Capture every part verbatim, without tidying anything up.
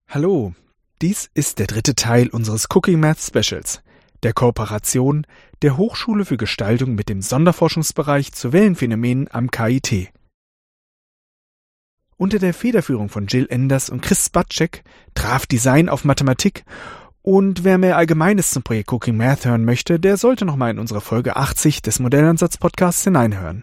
Hallo, dies ist der dritte Teil unseres Cooking Math Specials, der Kooperation der Hochschule für Gestaltung mit dem Sonderforschungsbereich zu Wellenphänomenen am K I T. Unter der Federführung von Jill Enders und Chris Spacek traf Design auf Mathematik, und wer mehr Allgemeines zum Projekt Cooking Math hören möchte, der sollte nochmal in unsere Folge achtzig des Modellansatz-Podcasts hineinhören.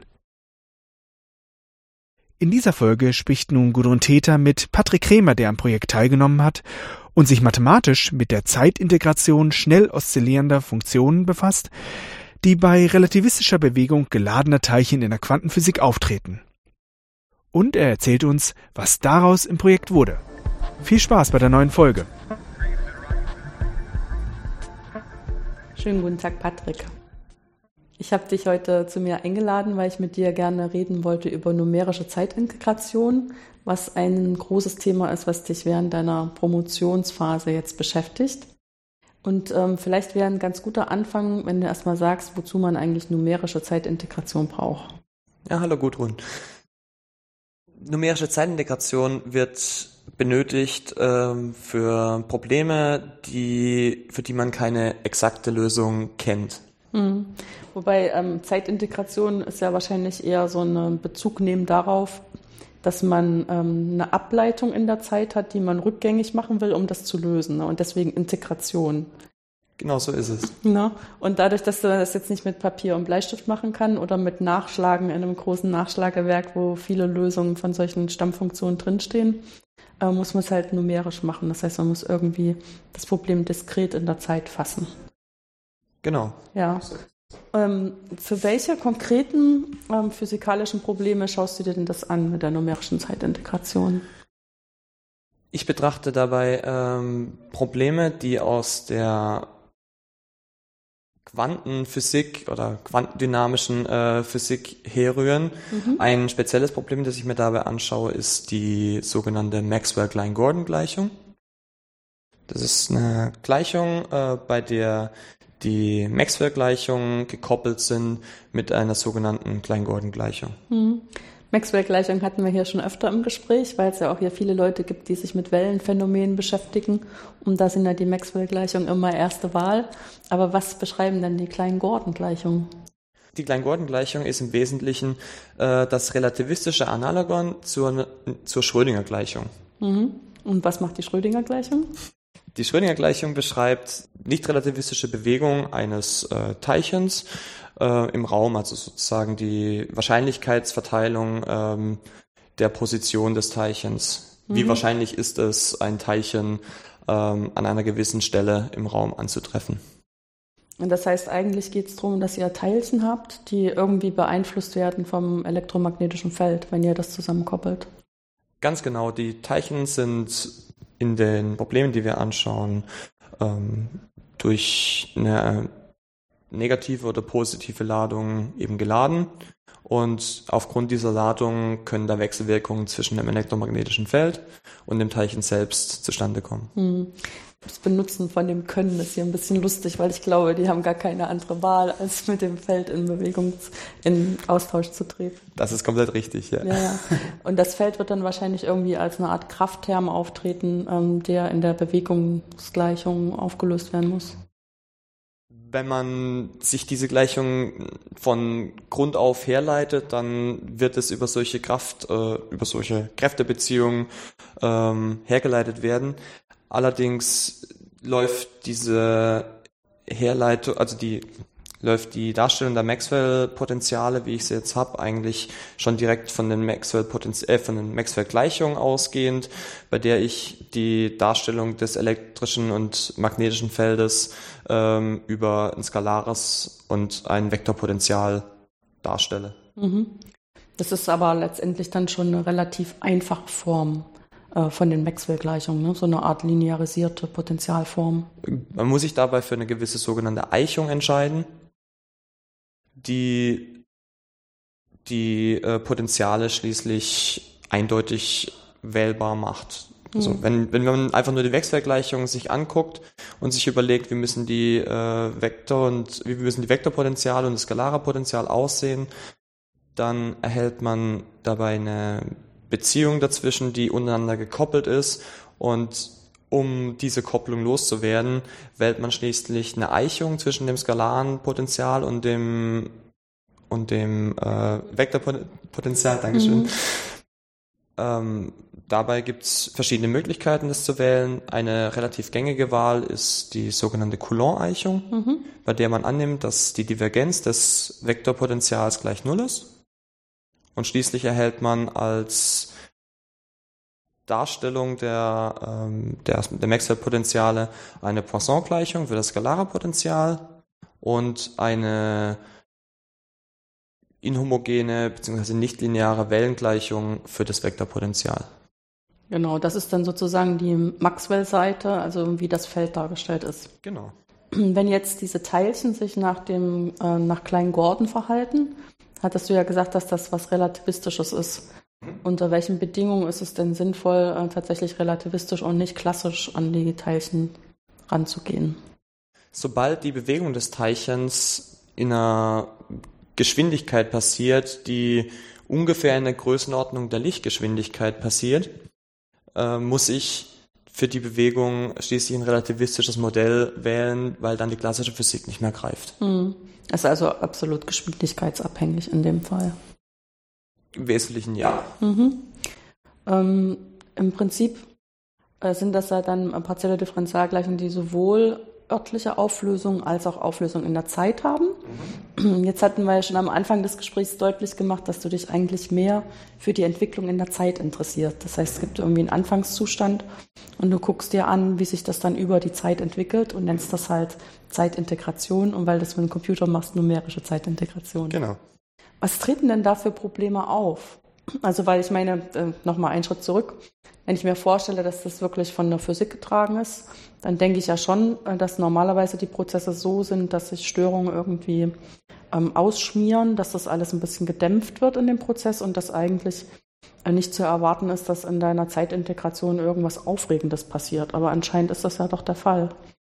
In dieser Folge spricht nun Gudrun Täter mit Patrick Krämer, der am Projekt teilgenommen hat und sich mathematisch mit der Zeitintegration schnell oszillierender Funktionen befasst, die bei relativistischer Bewegung geladener Teilchen in der Quantenphysik auftreten. Und er erzählt uns, was daraus im Projekt wurde. Viel Spaß bei der neuen Folge. Schönen guten Tag, Patrick. Ich habe dich heute zu mir eingeladen, weil ich mit dir gerne reden wollte über numerische Zeitintegration, was ein großes Thema ist, was dich während deiner Promotionsphase jetzt beschäftigt. Und ähm, vielleicht wäre ein ganz guter Anfang, wenn du erstmal sagst, wozu man eigentlich numerische Zeitintegration braucht. Ja, hallo Gudrun. Numerische Zeitintegration wird benötigt ähm, für Probleme, die, für die man keine exakte Lösung kennt. Hm. Wobei ähm, Zeitintegration ist ja wahrscheinlich eher so ein Bezug nehmen darauf, dass man ähm, eine Ableitung in der Zeit hat, die man rückgängig machen will, um das zu lösen. Ne? Und deswegen Integration. Genau so ist es. Ne? Und dadurch, dass du das jetzt nicht mit Papier und Bleistift machen kann oder mit Nachschlagen in einem großen Nachschlagewerk, wo viele Lösungen von solchen Stammfunktionen drinstehen, äh, muss man es halt numerisch machen. Das heißt, man muss irgendwie das Problem diskret in der Zeit fassen. Genau. Ja. Ähm, für welche konkreten ähm, physikalischen Probleme schaust du dir denn das an mit der numerischen Zeitintegration? Ich betrachte dabei ähm, Probleme, die aus der Quantenphysik oder quantendynamischen äh, Physik herrühren. Mhm. Ein spezielles Problem, das ich mir dabei anschaue, ist die sogenannte Maxwell-Klein-Gordon-Gleichung. Das ist eine Gleichung, äh, bei der die Maxwell-Gleichungen gekoppelt sind mit einer sogenannten Klein-Gordon-Gleichung. Hm. Maxwell-Gleichung hatten wir hier schon öfter im Gespräch, weil es ja auch hier viele Leute gibt, die sich mit Wellenphänomenen beschäftigen. Und da sind ja die Maxwell-Gleichungen immer erste Wahl. Aber was beschreiben denn die Klein-Gordon-Gleichungen? Die Klein-Gordon-Gleichung ist im Wesentlichen äh, das relativistische Analogon zur, zur Schrödinger-Gleichung. Mhm. Und was macht die Schrödinger-Gleichung? Die Schrödinger-Gleichung beschreibt nicht-relativistische Bewegung eines äh, Teilchens äh, im Raum, also sozusagen die Wahrscheinlichkeitsverteilung ähm, der Position des Teilchens. Mhm. Wie wahrscheinlich ist es, ein Teilchen ähm, an einer gewissen Stelle im Raum anzutreffen? Und das heißt, eigentlich geht es darum, dass ihr Teilchen habt, die irgendwie beeinflusst werden vom elektromagnetischen Feld, wenn ihr das zusammenkoppelt. Ganz genau, die Teilchen sind in den Problemen, die wir anschauen, ähm, durch eine negative oder positive Ladung eben geladen. Und aufgrund dieser Ladung können da Wechselwirkungen zwischen dem elektromagnetischen Feld und dem Teilchen selbst zustande kommen. Hm. Das Benutzen von dem Können ist hier ein bisschen lustig, weil ich glaube, die haben gar keine andere Wahl, als mit dem Feld in Bewegung, in Austausch zu treten. Das ist komplett richtig, ja. Ja, ja. Und das Feld wird dann wahrscheinlich irgendwie als eine Art Kraftterm auftreten, ähm, der in der Bewegungsgleichung aufgelöst werden muss. Wenn man sich diese Gleichung von Grund auf herleitet, dann wird es über solche Kraft, äh, über solche Kräftebeziehungen ähm, hergeleitet werden. Allerdings läuft diese Herleitung, also die läuft die Darstellung der Maxwell-Potenziale, wie ich sie jetzt habe, eigentlich schon direkt von den Maxwell-Potenz- äh, von den Maxwell-Gleichungen ausgehend, bei der ich die Darstellung des elektrischen und magnetischen Feldes ähm, über ein skalares und ein Vektorpotential darstelle. Mhm. Das ist aber letztendlich dann schon eine relativ einfache Form von den Maxwell-Gleichungen, ne? So eine Art linearisierte Potentialform. Man muss sich dabei für eine gewisse sogenannte Eichung entscheiden, die die äh, Potenziale schließlich eindeutig wählbar macht. Also mhm. wenn, wenn man einfach nur die Maxwell-Gleichung sich anguckt und sich überlegt, wie müssen die äh, Vektor und wie müssen die Vektorpotentiale und das skalare Potential aussehen, dann erhält man dabei eine Beziehung dazwischen, die untereinander gekoppelt ist und um diese Kopplung loszuwerden, wählt man schließlich eine Eichung zwischen dem skalaren Potential und dem und dem äh, Vektorpotential. Dankeschön. Mhm. Ähm, dabei gibt es verschiedene Möglichkeiten, das zu wählen. Eine relativ gängige Wahl ist die sogenannte Coulomb-Eichung, mhm. bei der man annimmt, dass die Divergenz des Vektorpotentials gleich Null ist. Und schließlich erhält man als Darstellung der, ähm, der, der Maxwell-Potentiale eine Poisson-Gleichung für das skalare Potential und eine inhomogene bzw. nichtlineare Wellengleichung für das Vektorpotential. Genau, das ist dann sozusagen die Maxwell-Seite, also wie das Feld dargestellt ist. Genau. Wenn jetzt diese Teilchen sich nach dem äh, nach Klein-Gordon verhalten, hattest du ja gesagt, dass das was Relativistisches ist. Mhm. Unter welchen Bedingungen ist es denn sinnvoll, äh, tatsächlich relativistisch und nicht klassisch an die Teilchen ranzugehen? Sobald die Bewegung des Teilchens in einer Geschwindigkeit passiert, die ungefähr in der Größenordnung der Lichtgeschwindigkeit passiert, äh, muss ich für die Bewegung schließlich ein relativistisches Modell wählen, weil dann die klassische Physik nicht mehr greift. Hm. Das ist also absolut geschwindigkeitsabhängig in dem Fall. Im Wesentlichen ja. Mhm. Ähm, Im Prinzip äh, sind das ja dann partielle Differentialgleichungen, die sowohl örtliche Auflösung als auch Auflösung in der Zeit haben. Mhm. Jetzt hatten wir ja schon am Anfang des Gesprächs deutlich gemacht, dass du dich eigentlich mehr für die Entwicklung in der Zeit interessierst. Das heißt, es gibt irgendwie einen Anfangszustand und du guckst dir an, wie sich das dann über die Zeit entwickelt und nennst das halt Zeitintegration und weil du das mit dem Computer machst, numerische Zeitintegration. Genau. Was treten denn da für Probleme auf? Also weil ich meine, äh, nochmal einen Schritt zurück, wenn ich mir vorstelle, dass das wirklich von der Physik getragen ist, dann denke ich ja schon, dass normalerweise die Prozesse so sind, dass sich Störungen irgendwie ähm, ausschmieren, dass das alles ein bisschen gedämpft wird in dem Prozess und dass eigentlich äh, nicht zu erwarten ist, dass in deiner Zeitintegration irgendwas Aufregendes passiert. Aber anscheinend ist das ja doch der Fall.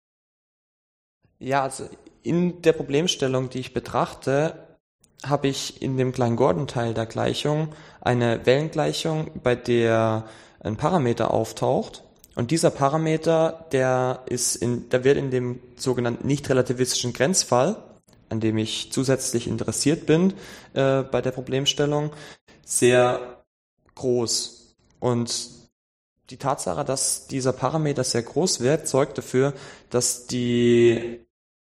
Ja, also in der Problemstellung, die ich betrachte, habe ich in dem Klein-Gordon-Teil der Gleichung eine Wellengleichung, bei der ein Parameter auftaucht. Und dieser Parameter, der ist in, der wird in dem sogenannten nicht-relativistischen Grenzfall, an dem ich zusätzlich interessiert bin äh, bei der Problemstellung, sehr groß. Und die Tatsache, dass dieser Parameter sehr groß wird, sorgt dafür, dass die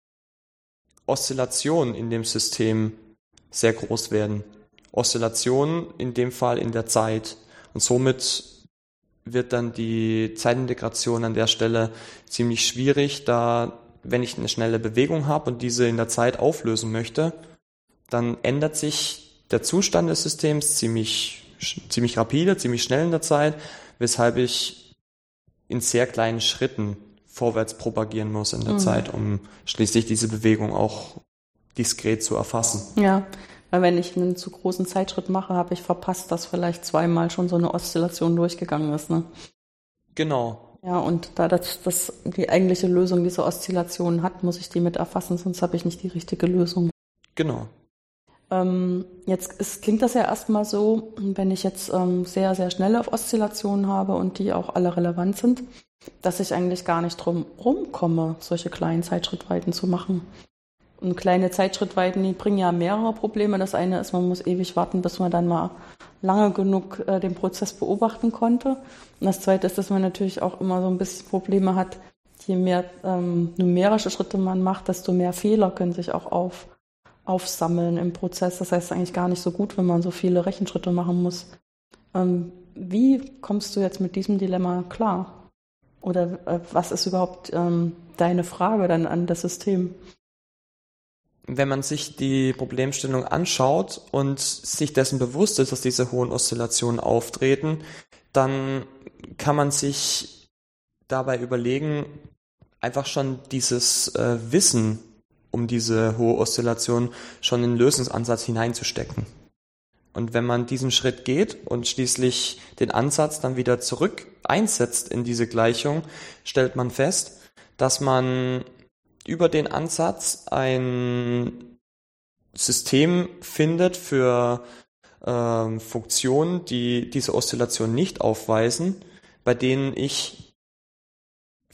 Oszillationen in dem System sehr groß werden. Oszillationen in dem Fall in der Zeit. Und somit wird dann die Zeitintegration an der Stelle ziemlich schwierig, da wenn ich eine schnelle Bewegung habe und diese in der Zeit auflösen möchte, dann ändert sich der Zustand des Systems ziemlich, ziemlich rapide, ziemlich schnell in der Zeit, weshalb ich in sehr kleinen Schritten vorwärts propagieren muss in der mhm. Zeit, um schließlich diese Bewegung auch diskret zu erfassen. Ja, weil wenn ich einen zu großen Zeitschritt mache, habe ich verpasst, dass vielleicht zweimal schon so eine Oszillation durchgegangen ist. Ne? Genau. Ja, und da das, das die eigentliche Lösung diese Oszillation hat, muss ich die mit erfassen, sonst habe ich nicht die richtige Lösung. Genau. Ähm, jetzt ist, klingt das ja erstmal so, wenn ich jetzt ähm, sehr, sehr schnelle Oszillationen habe und die auch alle relevant sind, dass ich eigentlich gar nicht drum rumkomme, solche kleinen Zeitschrittweiten zu machen. Und kleine Zeitschrittweiten, die bringen ja mehrere Probleme. Das eine ist, man muss ewig warten, bis man dann mal lange genug äh, den Prozess beobachten konnte. Und das zweite ist, dass man natürlich auch immer so ein bisschen Probleme hat, je mehr ähm, numerische Schritte man macht, desto mehr Fehler können sich auch auf, aufsammeln im Prozess. Das heißt eigentlich gar nicht so gut, wenn man so viele Rechenschritte machen muss. Ähm, wie kommst du jetzt mit diesem Dilemma klar? Oder äh, was ist überhaupt ähm, deine Frage dann an das System? Wenn man sich die Problemstellung anschaut und sich dessen bewusst ist, dass diese hohen Oszillationen auftreten, dann kann man sich dabei überlegen, einfach schon dieses äh, Wissen um diese hohe Oszillation schon in den Lösungsansatz hineinzustecken. Und wenn man diesen Schritt geht und schließlich den Ansatz dann wieder zurück einsetzt in diese Gleichung, stellt man fest, dass man über den Ansatz ein System findet für ähm, Funktionen, die diese Oszillation nicht aufweisen, bei denen ich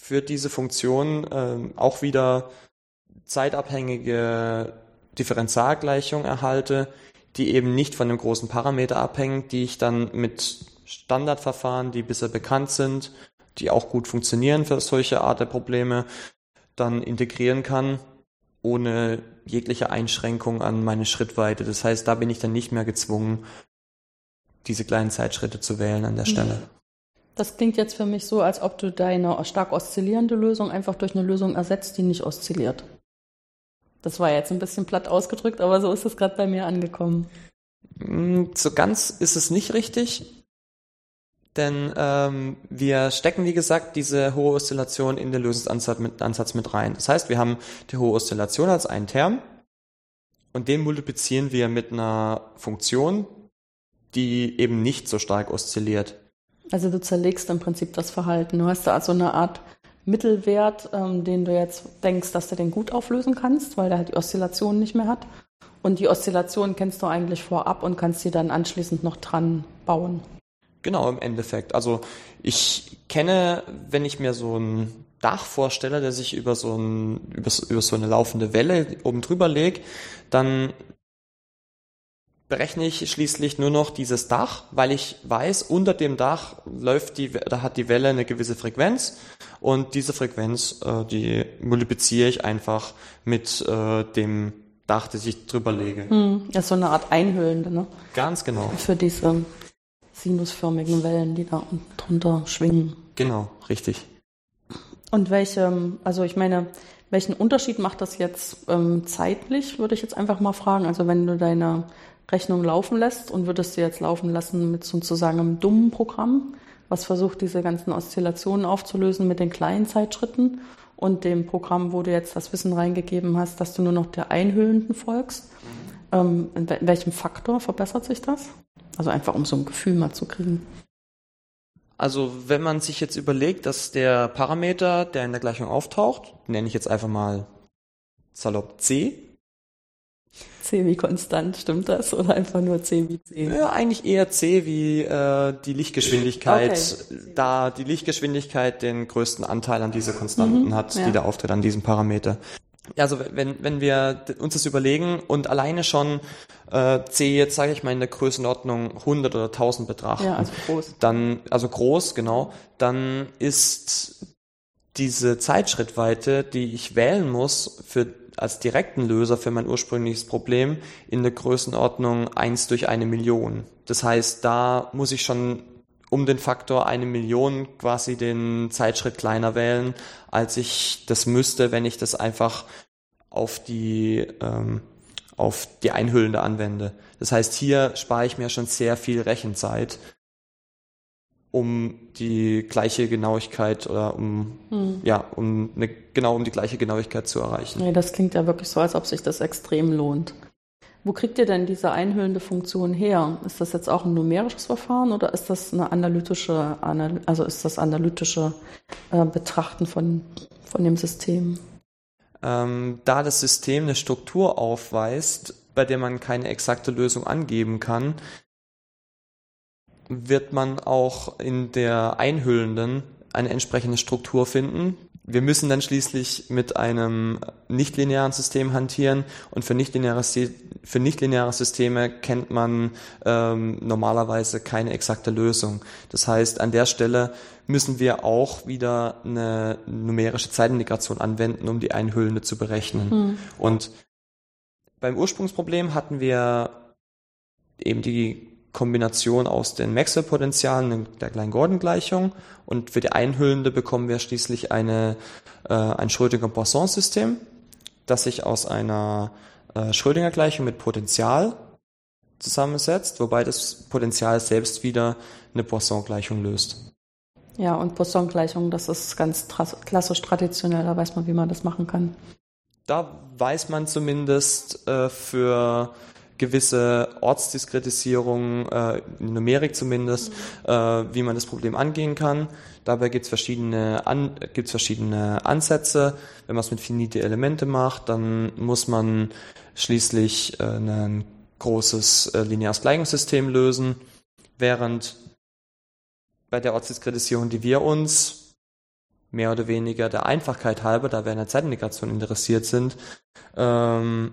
für diese Funktion ähm, auch wieder zeitabhängige Differentialgleichungen erhalte, die eben nicht von einem großen Parameter abhängen, die ich dann mit Standardverfahren, die bisher bekannt sind, die auch gut funktionieren für solche Art der Probleme, dann integrieren kann, ohne jegliche Einschränkung an meine Schrittweite. Das heißt, da bin ich dann nicht mehr gezwungen, diese kleinen Zeitschritte zu wählen an der Stelle. Das klingt jetzt für mich so, als ob du deine stark oszillierende Lösung einfach durch eine Lösung ersetzt, die nicht oszilliert. Das war jetzt ein bisschen platt ausgedrückt, aber so ist es gerade bei mir angekommen. So ganz ist es nicht richtig, denn ähm, wir stecken, wie gesagt, diese hohe Oszillation in den Lösungsansatz mit, Ansatz mit rein. Das heißt, wir haben die hohe Oszillation als einen Term und den multiplizieren wir mit einer Funktion, die eben nicht so stark oszilliert. Also du zerlegst im Prinzip das Verhalten. Du hast da also eine Art Mittelwert, ähm, den du jetzt denkst, dass du den gut auflösen kannst, weil der halt die Oszillation nicht mehr hat. Und die Oszillation kennst du eigentlich vorab und kannst sie dann anschließend noch dran bauen. Genau, im Endeffekt. Also ich kenne, wenn ich mir so ein Dach vorstelle, der sich über so, ein, über, über so eine laufende Welle oben drüber legt, dann berechne ich schließlich nur noch dieses Dach, weil ich weiß, unter dem Dach läuft die, da hat die Welle eine gewisse Frequenz und diese Frequenz, äh, die multipliziere ich einfach mit äh, dem Dach, das ich drüber lege. Hm, das ist so eine Art Einhüllende, ne? Ganz genau. Für diese sinusförmigen Wellen, die da drunter schwingen. Genau, richtig. Und welche, also ich meine, welchen Unterschied macht das jetzt ähm, zeitlich, würde ich jetzt einfach mal fragen. Also wenn du deine Rechnung laufen lässt und würdest sie jetzt laufen lassen mit sozusagen einem dummen Programm, was versucht, diese ganzen Oszillationen aufzulösen mit den kleinen Zeitschritten und dem Programm, wo du jetzt das Wissen reingegeben hast, dass du nur noch der Einhüllenden folgst. Ähm, in welchem Faktor verbessert sich das? Also einfach, um so ein Gefühl mal zu kriegen. Also wenn man sich jetzt überlegt, dass der Parameter, der in der Gleichung auftaucht, nenne ich jetzt einfach mal salopp C. C wie konstant, stimmt das? Oder einfach nur C wie C? Ja, eigentlich eher C wie äh, die Lichtgeschwindigkeit, okay. Da die Lichtgeschwindigkeit den größten Anteil an diese Konstanten mhm, hat, ja. die da auftritt an diesem Parameter. Also wenn wenn wir uns das überlegen und alleine schon äh, C jetzt, sage ich mal, in der Größenordnung hundert oder tausend betrachten, ja, also groß. Dann, also groß, genau, dann ist diese Zeitschrittweite, die ich wählen muss für als direkten Löser für mein ursprüngliches Problem, in der Größenordnung eins durch eine Million. Das heißt, da muss ich schon um den Faktor eine Million quasi den Zeitschritt kleiner wählen, als ich das müsste, wenn ich das einfach auf die ähm, auf die Einhüllende anwende. Das heißt, hier spare ich mir schon sehr viel Rechenzeit, um die gleiche Genauigkeit oder um hm. ja um eine, genau um die gleiche Genauigkeit zu erreichen. Nee, das klingt ja wirklich so, als ob sich das extrem lohnt. Wo kriegt ihr denn diese einhüllende Funktion her? Ist das jetzt auch ein numerisches Verfahren oder ist das eine analytische, also ist das analytische äh, Betrachten von, von dem System? Ähm, da das System eine Struktur aufweist, bei der man keine exakte Lösung angeben kann, wird man auch in der einhüllenden eine entsprechende Struktur finden. Wir müssen dann schließlich mit einem nichtlinearen System hantieren und für nichtlineare, für nichtlineare Systeme kennt man ähm, normalerweise keine exakte Lösung. Das heißt, an der Stelle müssen wir auch wieder eine numerische Zeitintegration anwenden, um die Einhüllende zu berechnen. Hm. Und beim Ursprungsproblem hatten wir eben die Kombination aus den Maxwell-Potentialen der Klein-Gordon-Gleichung und für die Einhüllende bekommen wir schließlich eine, äh, ein Schrödinger-Poisson-System, das sich aus einer äh, Schrödinger-Gleichung mit Potential zusammensetzt, wobei das Potential selbst wieder eine Poisson-Gleichung löst. Ja, und Poisson-Gleichung, das ist ganz tra- klassisch traditionell, da weiß man, wie man das machen kann. Da weiß man zumindest äh, für gewisse Ortsdiskretisierung, äh, in Numerik zumindest, mhm. äh, wie man das Problem angehen kann. Dabei gibt es verschiedene, an, gibt's verschiedene Ansätze. Wenn man es mit finite Elemente macht, dann muss man schließlich äh, ein großes äh, lineares Gleichungssystem lösen, während bei der Ortsdiskretisierung, die wir uns mehr oder weniger der Einfachkeit halber, da wir an der Zeitintegration interessiert sind, ähm,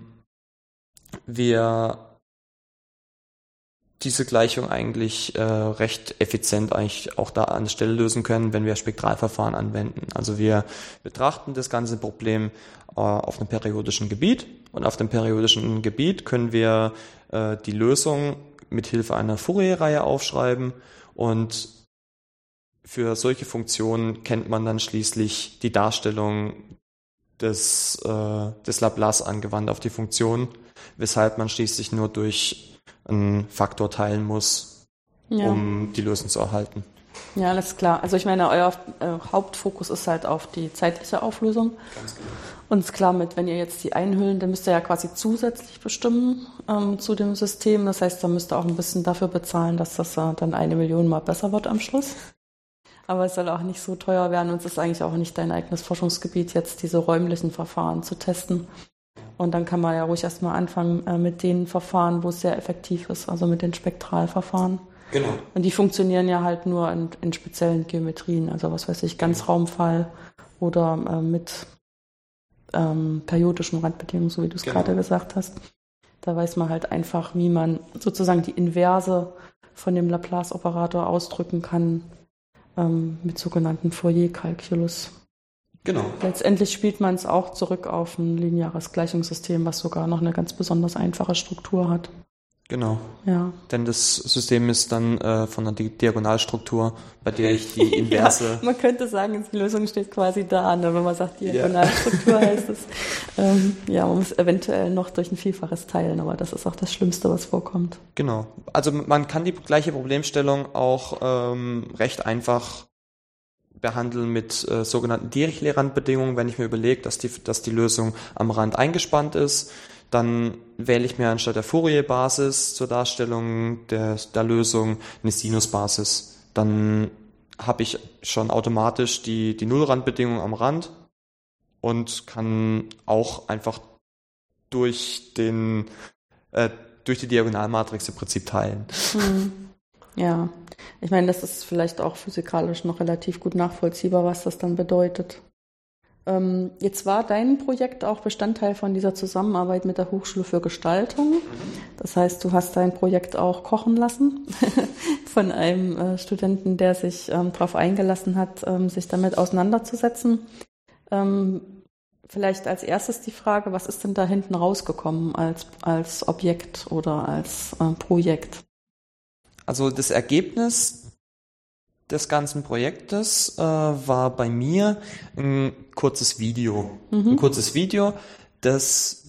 wir diese Gleichung eigentlich äh, recht effizient eigentlich auch da an der Stelle lösen können, wenn wir Spektralverfahren anwenden. Also wir betrachten das ganze Problem äh, auf einem periodischen Gebiet und auf dem periodischen Gebiet können wir äh, die Lösung mit Hilfe einer Fourier-Reihe aufschreiben und für solche Funktionen kennt man dann schließlich die Darstellung des, äh, des Laplace angewandt auf die Funktion, weshalb man schließlich nur durch einen Faktor teilen muss, ja. um die Lösung zu erhalten. Ja, alles klar. Also ich meine, euer äh, Hauptfokus ist halt auf die zeitliche Auflösung. Ganz genau. Und ist klar mit, wenn ihr jetzt die einhüllen, dann müsst ihr ja quasi zusätzlich bestimmen ähm, zu dem System. Das heißt, da müsst ihr auch ein bisschen dafür bezahlen, dass das äh, dann eine Million mal besser wird am Schluss. Aber es soll auch nicht so teuer werden und es ist eigentlich auch nicht dein eigenes Forschungsgebiet, jetzt diese räumlichen Verfahren zu testen. Und dann kann man ja ruhig erstmal anfangen äh, mit den Verfahren, wo es sehr effektiv ist, also mit den Spektralverfahren. Genau. Und die funktionieren ja halt nur in, in speziellen Geometrien, also was weiß ich, Ganzraumfall oder äh, mit ähm, periodischen Randbedingungen, so wie du es genau. gerade gesagt hast. Da weiß man halt einfach, wie man sozusagen die Inverse von dem Laplace-Operator ausdrücken kann ähm, mit sogenannten Fourier-Calculus. Genau. Letztendlich spielt man es auch zurück auf ein lineares Gleichungssystem, was sogar noch eine ganz besonders einfache Struktur hat. Genau. Ja. Denn das System ist dann äh, von einer Diagonalstruktur, bei der ich die Inverse... ja, man könnte sagen, die Lösung steht quasi da, ne? Wenn man sagt, Diagonalstruktur ja. heißt es. Ähm, ja, man muss eventuell noch durch ein Vielfaches teilen, aber das ist auch das Schlimmste, was vorkommt. Genau. Also man kann die gleiche Problemstellung auch ähm, recht einfach behandeln mit äh, sogenannten Dirichlet-Randbedingungen. Wenn ich mir überlege, dass die, dass die Lösung am Rand eingespannt ist, dann wähle ich mir anstatt der Fourier-Basis zur Darstellung der, der Lösung eine Sinusbasis. Dann habe ich schon automatisch die, die Nullrandbedingung am Rand und kann auch einfach durch den äh, durch die Diagonalmatrix im Prinzip teilen. Hm. Ja, ich meine, das ist vielleicht auch physikalisch noch relativ gut nachvollziehbar, was das dann bedeutet. Ähm, jetzt war dein Projekt auch Bestandteil von dieser Zusammenarbeit mit der Hochschule für Gestaltung. Das heißt, du hast dein Projekt auch kochen lassen von einem äh, Studenten, der sich ähm, darauf eingelassen hat, ähm, sich damit auseinanderzusetzen. Ähm, vielleicht als erstes die Frage, was ist denn da hinten rausgekommen als, als Objekt oder als äh, Projekt? Also das Ergebnis des ganzen Projektes äh, war bei mir ein kurzes Video. Mhm. Ein kurzes Video, das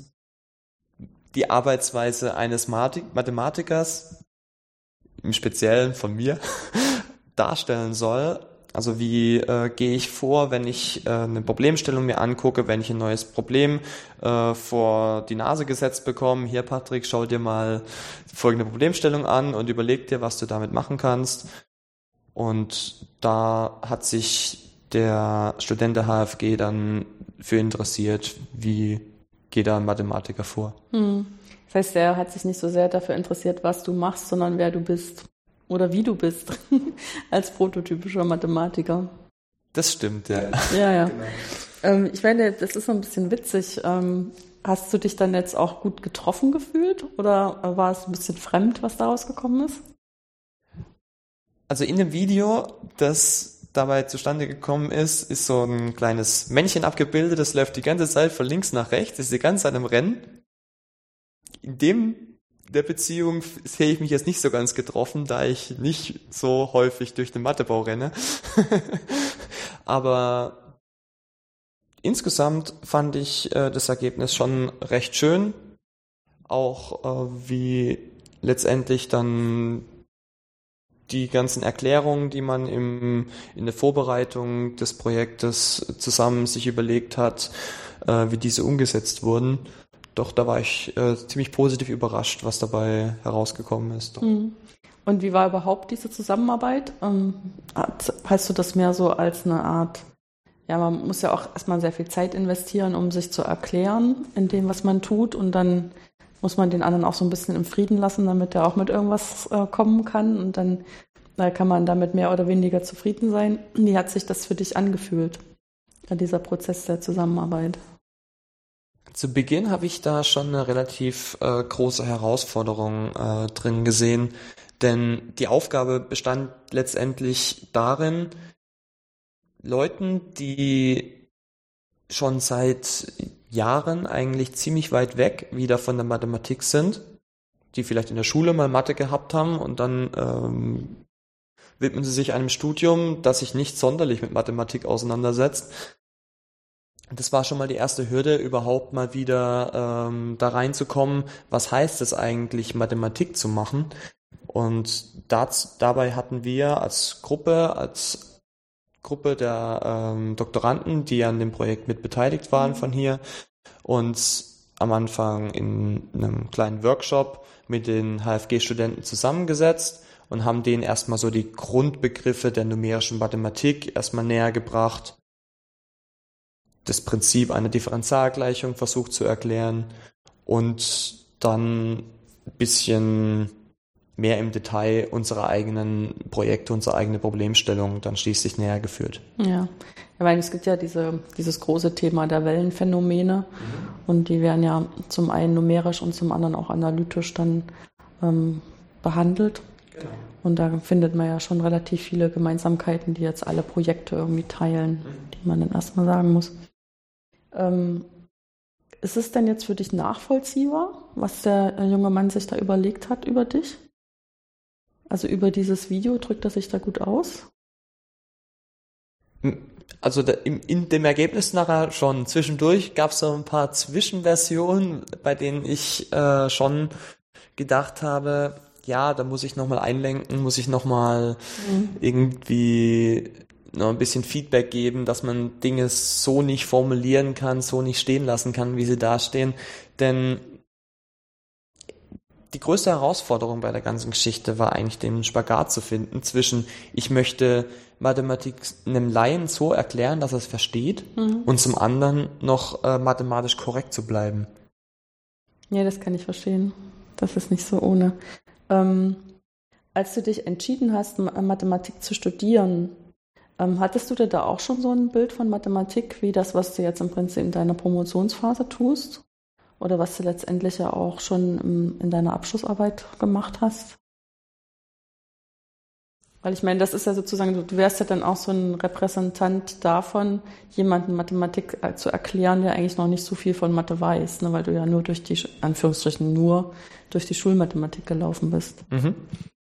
die Arbeitsweise eines Mathematikers, im Speziellen von mir, darstellen soll. Also wie äh, gehe ich vor, wenn ich äh, eine Problemstellung mir angucke, wenn ich ein neues Problem äh, vor die Nase gesetzt bekomme. Hier, Patrick, schau dir mal folgende Problemstellung an und überleg dir, was du damit machen kannst. Und da hat sich der Student der H F G dann für interessiert, wie geht da ein Mathematiker vor. Hm. Das heißt, er hat sich nicht so sehr dafür interessiert, was du machst, sondern wer du bist. Oder wie du bist, als prototypischer Mathematiker. Das stimmt, ja. Ja, ja. Genau. Ähm, ich meine, das ist so ein bisschen witzig. Ähm, hast du dich dann jetzt auch gut getroffen gefühlt? Oder war es ein bisschen fremd, was daraus gekommen ist? Also in dem Video, das dabei zustande gekommen ist, ist so ein kleines Männchen abgebildet, das läuft die ganze Zeit von links nach rechts, ist die ganze Zeit am Rennen. In dem der Beziehung sehe ich mich jetzt nicht so ganz getroffen, da ich nicht so häufig durch den Mathebau renne. Aber insgesamt fand ich äh, das Ergebnis schon recht schön. Auch äh, wie letztendlich dann die ganzen Erklärungen, die man im, in der Vorbereitung des Projektes zusammen sich überlegt hat, äh, wie diese umgesetzt wurden. Doch, da war ich äh, ziemlich positiv überrascht, was dabei herausgekommen ist. Und wie war überhaupt diese Zusammenarbeit? Ähm, hast du das mehr so als eine Art, ja, man muss ja auch erstmal sehr viel Zeit investieren, um sich zu erklären in dem, was man tut, und dann muss man den anderen auch so ein bisschen im Frieden lassen, damit er auch mit irgendwas äh, kommen kann, und dann äh, kann man damit mehr oder weniger zufrieden sein. Wie hat sich das für dich angefühlt? dieser Prozess der Zusammenarbeit? Zu Beginn habe ich da schon eine relativ äh, große Herausforderung äh, drin gesehen, denn die Aufgabe bestand letztendlich darin, Leuten, die schon seit Jahren eigentlich ziemlich weit weg wieder von der Mathematik sind, die vielleicht in der Schule mal Mathe gehabt haben und dann ähm, widmen sie sich einem Studium, das sich nicht sonderlich mit Mathematik auseinandersetzt. Das war schon mal die erste Hürde, überhaupt mal wieder ähm, da reinzukommen, was heißt es eigentlich, Mathematik zu machen. Und das, dabei hatten wir als Gruppe, als Gruppe der ähm, Doktoranden, die an dem Projekt mit beteiligt waren von hier, uns am Anfang in einem kleinen Workshop mit den H F G-Studenten zusammengesetzt und haben denen erstmal so die Grundbegriffe der numerischen Mathematik erstmal näher gebracht, das Prinzip einer Differentialgleichung versucht zu erklären und dann ein bisschen mehr im Detail unsere eigenen Projekte, unsere eigene Problemstellung dann schließlich näher geführt. Ja, ich meine, es gibt ja diese, dieses große Thema der Wellenphänomene mhm. und die werden ja zum einen numerisch und zum anderen auch analytisch dann ähm, behandelt. Genau. Und da findet man ja schon relativ viele Gemeinsamkeiten, die jetzt alle Projekte irgendwie teilen, mhm. die man dann erstmal sagen muss. Ähm, ist es denn jetzt für dich nachvollziehbar, was der junge Mann sich da überlegt hat über dich? Also über dieses Video, drückt er sich da gut aus? Also da, in, in dem Ergebnis nachher schon. Zwischendurch gab es so ein paar Zwischenversionen, bei denen ich äh, schon gedacht habe, ja, da muss ich nochmal einlenken, muss ich nochmal mhm. irgendwie noch ein bisschen Feedback geben, dass man Dinge so nicht formulieren kann, so nicht stehen lassen kann, wie sie dastehen. Denn die größte Herausforderung bei der ganzen Geschichte war eigentlich, den Spagat zu finden zwischen, ich möchte Mathematik einem Laien so erklären, dass er es versteht, mhm. und zum anderen noch äh, mathematisch korrekt zu bleiben. Ja, das kann ich verstehen. Das ist nicht so ohne. Ähm, als du dich entschieden hast, Mathematik zu studieren, ähm, hattest du dir da auch schon so ein Bild von Mathematik, wie das, was du jetzt im Prinzip in deiner Promotionsphase tust? Oder was du letztendlich ja auch schon in deiner Abschlussarbeit gemacht hast? Weil ich meine, das ist ja sozusagen, du wärst ja dann auch so ein Repräsentant davon, jemanden Mathematik zu erklären, der eigentlich noch nicht so viel von Mathe weiß, ne? Weil du ja nur durch die, Anführungsstrichen nur, durch die Schulmathematik gelaufen bist. Mhm.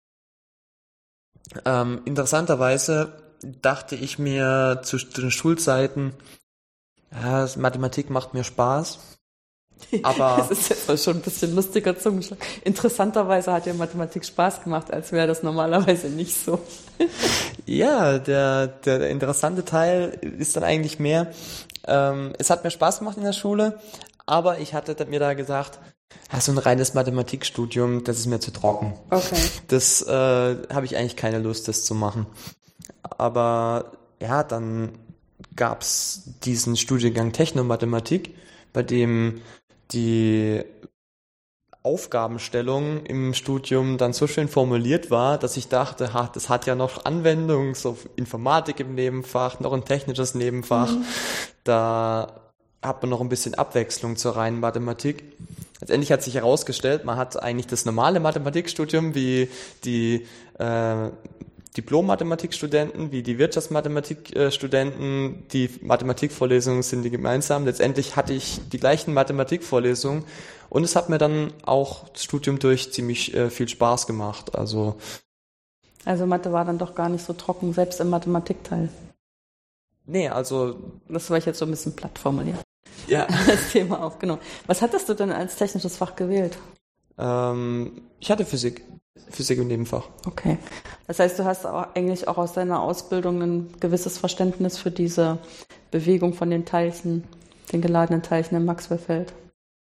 Ähm, interessanterweise dachte ich mir zu, zu den Schulzeiten, ja, Mathematik macht mir Spaß. Aber das ist jetzt schon ein bisschen lustiger Zungenschlag. Interessanterweise hat ja Mathematik Spaß gemacht, als wäre das normalerweise nicht so. Ja, der, der, der interessante Teil ist dann eigentlich mehr, ähm, es hat mir Spaß gemacht in der Schule, aber ich hatte mir da gesagt, ja, so ein reines Mathematikstudium, das ist mir zu trocken. Okay. Das äh, habe ich eigentlich keine Lust, das zu machen. Aber ja, dann gab's diesen Studiengang Technomathematik, bei dem die Aufgabenstellung im Studium dann so schön formuliert war, dass ich dachte, ha, das hat ja noch Anwendung, so Informatik im Nebenfach, noch ein technisches Nebenfach. Mhm. Da hat man noch ein bisschen Abwechslung zur reinen Mathematik. Letztendlich hat sich herausgestellt, man hat eigentlich das normale Mathematikstudium wie die äh, Diplom-Mathematikstudenten, wie die Wirtschaftsmathematikstudenten, die Mathematikvorlesungen sind die gemeinsam. Letztendlich hatte ich die gleichen Mathematikvorlesungen und es hat mir dann auch das Studium durch ziemlich äh, viel Spaß gemacht. Also, also Mathe war dann doch gar nicht so trocken, selbst im Mathematikteil. Nee, also... Das war ich jetzt so ein bisschen platt formuliert. Ja. Das Thema aufgenommen. Was hattest du denn als technisches Fach gewählt? Ähm, ich hatte Physik. Physik im Nebenfach. Okay. Das heißt, du hast auch eigentlich auch aus deiner Ausbildung ein gewisses Verständnis für diese Bewegung von den Teilchen, den geladenen Teilchen im Maxwellfeld.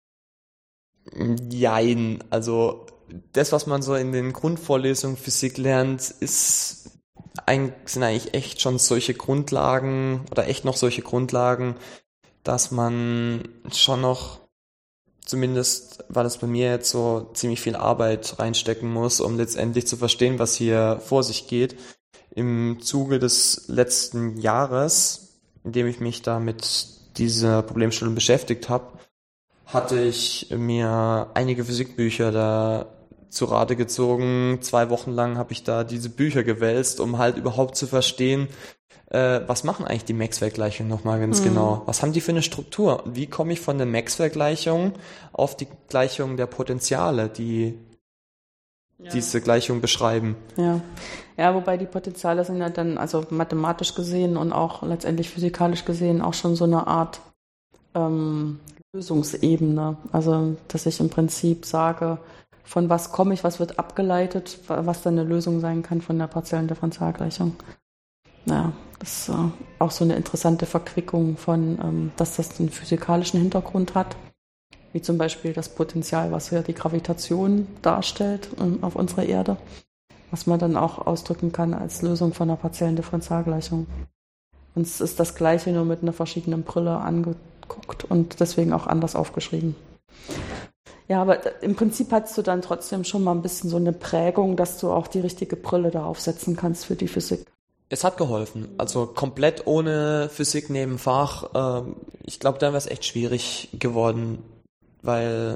Jein. Also das, was man so in den Grundvorlesungen Physik lernt, ist sind eigentlich echt schon solche Grundlagen oder echt noch solche Grundlagen, dass man schon noch, zumindest war das bei mir jetzt so, ziemlich viel Arbeit reinstecken muss, um letztendlich zu verstehen, was hier vor sich geht. Im Zuge des letzten Jahres indem ich mich da mit dieser Problemstellung beschäftigt habe, hatte ich mir einige Physikbücher da zu Rate gezogen. Zwei Wochen lang habe ich da diese Bücher gewälzt, um halt überhaupt zu verstehen, äh, was machen eigentlich die Maxwell-Gleichungen nochmal ganz mhm. genau? Was haben die für eine Struktur? Wie komme ich von der Maxwell-Gleichung auf die Gleichung der Potenziale, die ja. diese Gleichung beschreiben? Ja. ja, wobei die Potenziale sind ja dann, also mathematisch gesehen und auch letztendlich physikalisch gesehen, auch schon so eine Art ähm, Lösungsebene. Also, dass ich im Prinzip sage, von was komme ich, was wird abgeleitet, was dann eine Lösung sein kann von der partiellen Differentialgleichung. Ja, das ist äh, auch so eine interessante Verquickung von, ähm, dass das einen physikalischen Hintergrund hat, wie zum Beispiel das Potenzial, was ja die Gravitation darstellt ähm, auf unserer Erde, was man dann auch ausdrücken kann als Lösung von einer partiellen Differentialgleichung. Und es ist das Gleiche, nur mit einer verschiedenen Brille angeguckt und deswegen auch anders aufgeschrieben. Ja, aber im Prinzip hast du dann trotzdem schon mal ein bisschen so eine Prägung, dass du auch die richtige Brille da aufsetzen kannst für die Physik. Es hat geholfen. Also komplett ohne Physik neben Fach. Ähm, ich glaube, da wäre es echt schwierig geworden, weil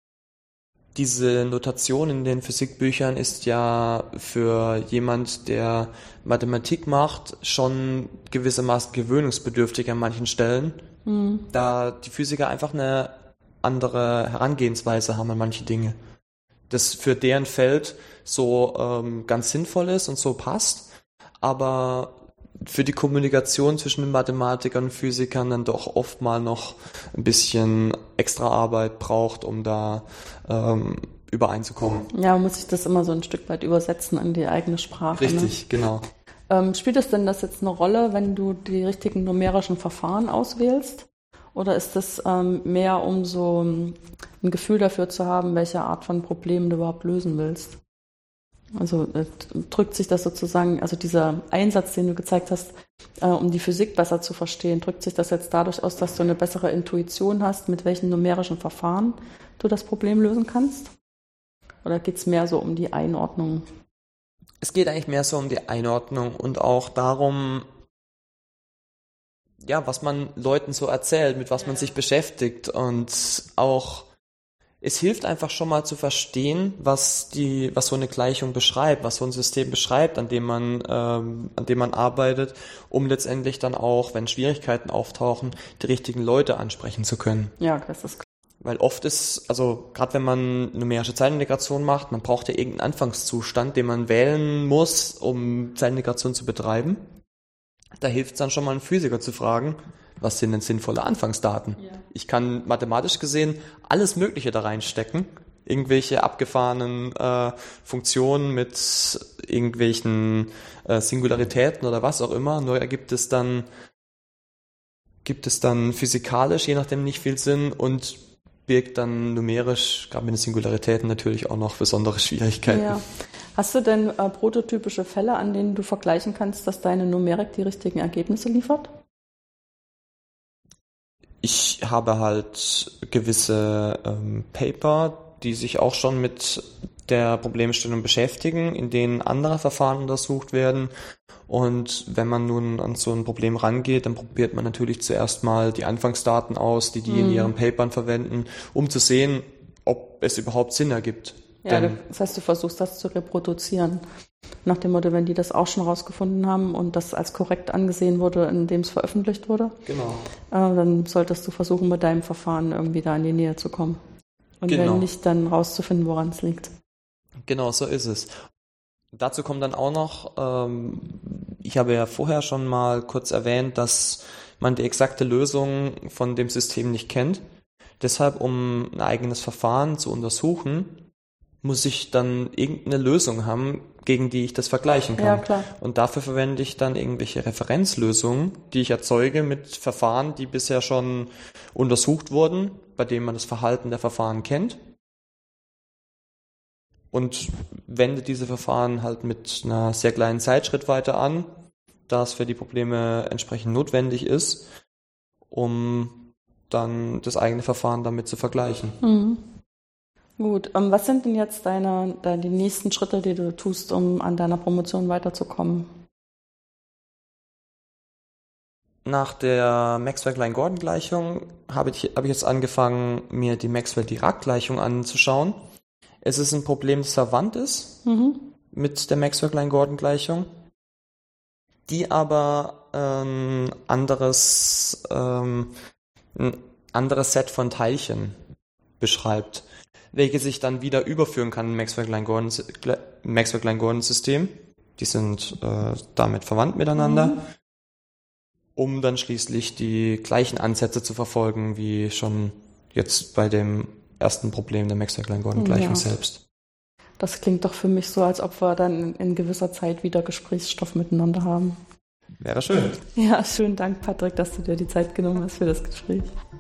diese Notation in den Physikbüchern ist ja für jemand, der Mathematik macht, schon gewissermaßen gewöhnungsbedürftig an manchen Stellen, mhm. da die Physiker einfach eine andere Herangehensweise haben an manche Dinge. Das für deren Feld so ähm, ganz sinnvoll ist und so passt, aber für die Kommunikation zwischen den Mathematikern und Physikern dann doch oft mal noch ein bisschen extra Arbeit braucht, um da ähm, übereinzukommen. Ja, man muss sich das immer so ein Stück weit übersetzen in die eigene Sprache. Richtig, ne? Genau. Ähm, spielt es denn das jetzt eine Rolle, wenn du die richtigen numerischen Verfahren auswählst? Oder ist das ähm, mehr, um so ein Gefühl dafür zu haben, welche Art von Problemen du überhaupt lösen willst? Also äh, drückt sich das sozusagen, also dieser Einsatz, den du gezeigt hast, äh, um die Physik besser zu verstehen, drückt sich das jetzt dadurch aus, dass du eine bessere Intuition hast, mit welchen numerischen Verfahren du das Problem lösen kannst? Oder geht es mehr so um die Einordnung? Es geht eigentlich mehr so um die Einordnung und auch darum, ja, was man Leuten so erzählt, mit was ja. man sich beschäftigt und auch es hilft einfach schon mal zu verstehen, was die, was so eine Gleichung beschreibt, was so ein System beschreibt, an dem man, ähm, an dem man arbeitet, um letztendlich dann auch, wenn Schwierigkeiten auftauchen, die richtigen Leute ansprechen zu können. Ja, das ist klar. Weil oft ist, also gerade wenn man numerische Zeitintegration macht, man braucht ja irgendeinen Anfangszustand, den man wählen muss, um Zeitintegration zu betreiben. Da hilft es dann schon mal, einen Physiker zu fragen, was sind denn sinnvolle Anfangsdaten? Ja. Ich kann mathematisch gesehen alles Mögliche da reinstecken, irgendwelche abgefahrenen äh, Funktionen mit irgendwelchen äh, Singularitäten oder was auch immer, nur ergibt es dann gibt es dann physikalisch, je nachdem, nicht viel Sinn und birgt dann numerisch, gerade mit den Singularitäten natürlich auch noch besondere Schwierigkeiten. Ja. Hast du denn äh, prototypische Fälle, an denen du vergleichen kannst, dass deine Numerik die richtigen Ergebnisse liefert? Ich habe halt gewisse ähm, Paper, die sich auch schon mit der Problemstellung beschäftigen, in denen andere Verfahren untersucht werden. Und wenn man nun an so ein Problem rangeht, dann probiert man natürlich zuerst mal die Anfangsdaten aus, die die mhm. in ihren Papern verwenden, um zu sehen, ob es überhaupt Sinn ergibt. Ja, Denn, das heißt, du versuchst das zu reproduzieren. Nach dem Motto, wenn die das auch schon rausgefunden haben und das als korrekt angesehen wurde, indem es veröffentlicht wurde, genau. äh, dann solltest du versuchen, mit deinem Verfahren irgendwie da in die Nähe zu kommen. Und genau. wenn nicht, dann rauszufinden, woran es liegt. Genau, so ist es. Dazu kommt dann auch noch, ähm, ich habe ja vorher schon mal kurz erwähnt, dass man die exakte Lösung von dem System nicht kennt. Deshalb, um ein eigenes Verfahren zu untersuchen, muss ich dann irgendeine Lösung haben, gegen die ich das vergleichen kann. Ja, klar. Und dafür verwende ich dann irgendwelche Referenzlösungen, die ich erzeuge mit Verfahren, die bisher schon untersucht wurden, bei denen man das Verhalten der Verfahren kennt. Und wende diese Verfahren halt mit einer sehr kleinen Zeitschrittweite an, da es für die Probleme entsprechend notwendig ist, um dann das eigene Verfahren damit zu vergleichen. Mhm. Gut, ähm, was sind denn jetzt deine, deine die nächsten Schritte, die du tust, um an deiner Promotion weiterzukommen? nach der Maxwell-Klein-Gordon-Gleichung habe ich, habe ich jetzt angefangen, mir die Maxwell-Dirac-Gleichung anzuschauen. Es ist ein Problem, das verwandt ist mhm. mit der Maxwell-Klein-Gordon-Gleichung, die aber ein ähm, ähm, ein anderes Set von Teilchen beschreibt, welche sich dann wieder überführen kann im Maxwell-Klein-Gordon, Maxwell-Klein-Gordon-System. Die sind äh, damit verwandt miteinander. Mhm. Um dann schließlich die gleichen Ansätze zu verfolgen, wie schon jetzt bei dem ersten Problem der Maxwell-Klein-Gordon-Gleichung ja. selbst. Das klingt doch für mich so, als ob wir dann in gewisser Zeit wieder Gesprächsstoff miteinander haben. Wäre schön. Ja, schönen Dank, Patrick, dass du dir die Zeit genommen hast für das Gespräch.